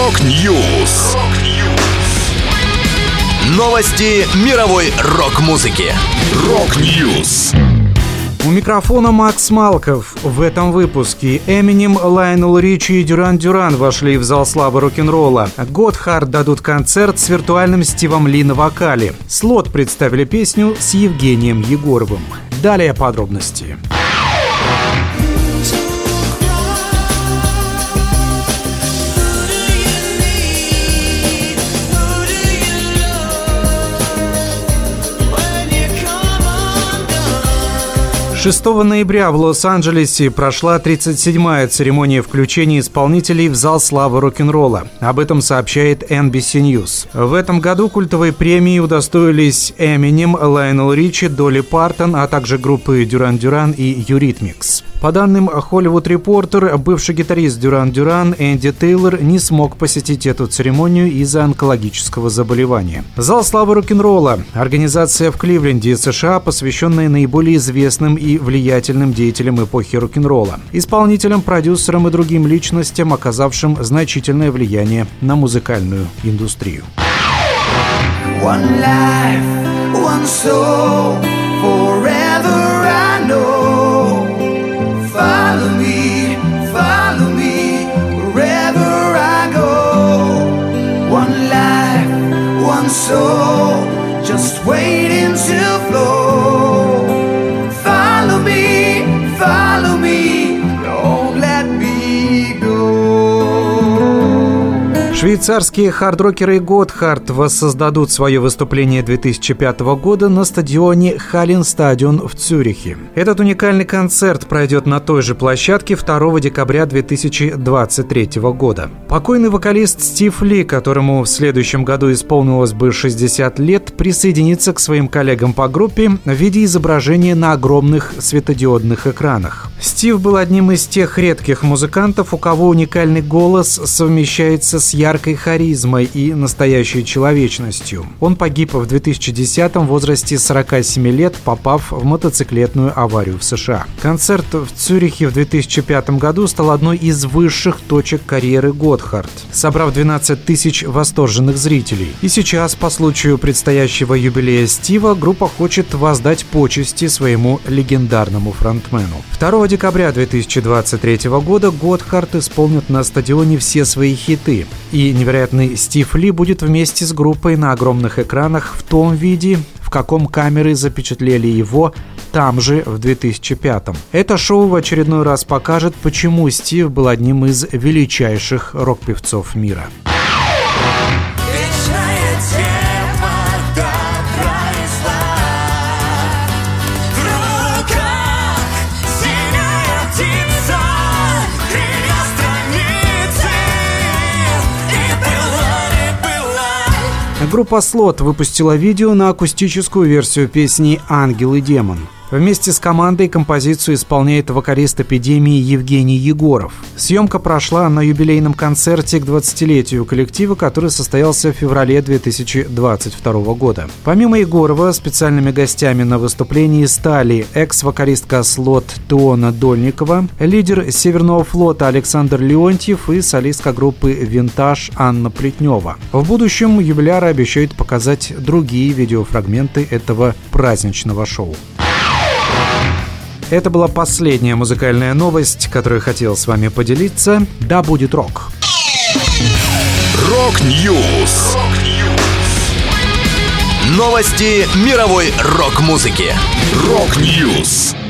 Рок-Ньюс. Новости мировой рок-музыки. Рок-Ньюс. У микрофона Макс Малков. В этом выпуске Эминем, Лайонел Ричи и Дюран Дюран вошли в зал славы рок-н-ролла. Готхард дадут концерт с виртуальным Стивом Ли на вокале. Слот представили песню с Евгением Егоровым. Далее подробности. 6 ноября в Лос-Анджелесе прошла 37-я церемония включения исполнителей в зал славы рок-н-ролла. Об этом сообщает NBC News. В этом году культовой премии удостоились Эминем, Лайонел Ричи, Долли Партон, а также группы Дюран Дюран и Юритмикс. По данным Hollywood Reporter, бывший гитарист Дюран Дюран Энди Тейлор не смог посетить эту церемонию из-за онкологического заболевания. Зал славы рок-н-ролла – организация в Кливленде, США, посвященная наиболее известным и влиятельным деятелям эпохи рок-н-ролла, исполнителям, продюсерам и другим личностям, оказавшим значительное влияние на музыкальную индустрию. One life, one soul, forever I know. Follow me, wherever I go. One life, one soul, just waiting to flow. Follow me, don't let me go. Швейцарские хард-рокеры Готхард воссоздадут свое выступление 2005 года на стадионе Халленстадион в Цюрихе. Этот уникальный концерт пройдет на той же площадке 2 декабря 2023 года. Покойный вокалист Стив Ли, которому в следующем году исполнилось бы 60 лет, присоединится к своим коллегам по группе в виде изображения на огромных светодиодных экранах. Стив был одним из тех редких музыкантов, у кого уникальный голос совмещается с яркой харизмой и настоящей человечностью. Он погиб в 2010-м в возрасте 47 лет, попав в мотоциклетную аварию в США. Концерт в Цюрихе в 2005 году стал одной из высших точек карьеры Готхард, собрав 12 тысяч восторженных зрителей. И сейчас, по случаю предстоящего юбилея Стива, группа хочет воздать почести своему легендарному фронтмену. 2 декабря 2023 года Готхард исполнит на стадионе все свои хиты. И невероятный Стив Ли будет вместе с группой на огромных экранах в том виде, в каком камеры запечатлели его там же в 2005-м. Это шоу в очередной раз покажет, почему Стив был одним из величайших рок-певцов мира. Группа Слот выпустила видео на акустическую версию песни «Ангел и демон». Вместе с командой композицию исполняет вокалист «Эпидемии» Евгений Егоров. Съемка прошла на юбилейном концерте к 20-летию коллектива, который состоялся в феврале 2022 года. Помимо Егорова, специальными гостями на выступлении стали экс-вокалистка Слот Теона Дольникова, лидер Северного флота Александр Леонтьев и солистка группы «Винтаж» Анна Плетнева. В будущем юбиляры обещают показать другие видеофрагменты этого праздничного шоу. Это была последняя музыкальная новость, которую хотел с вами поделиться. Да будет рок! Рок-Ньюс. Новости мировой рок-музыки. Рок-Ньюс.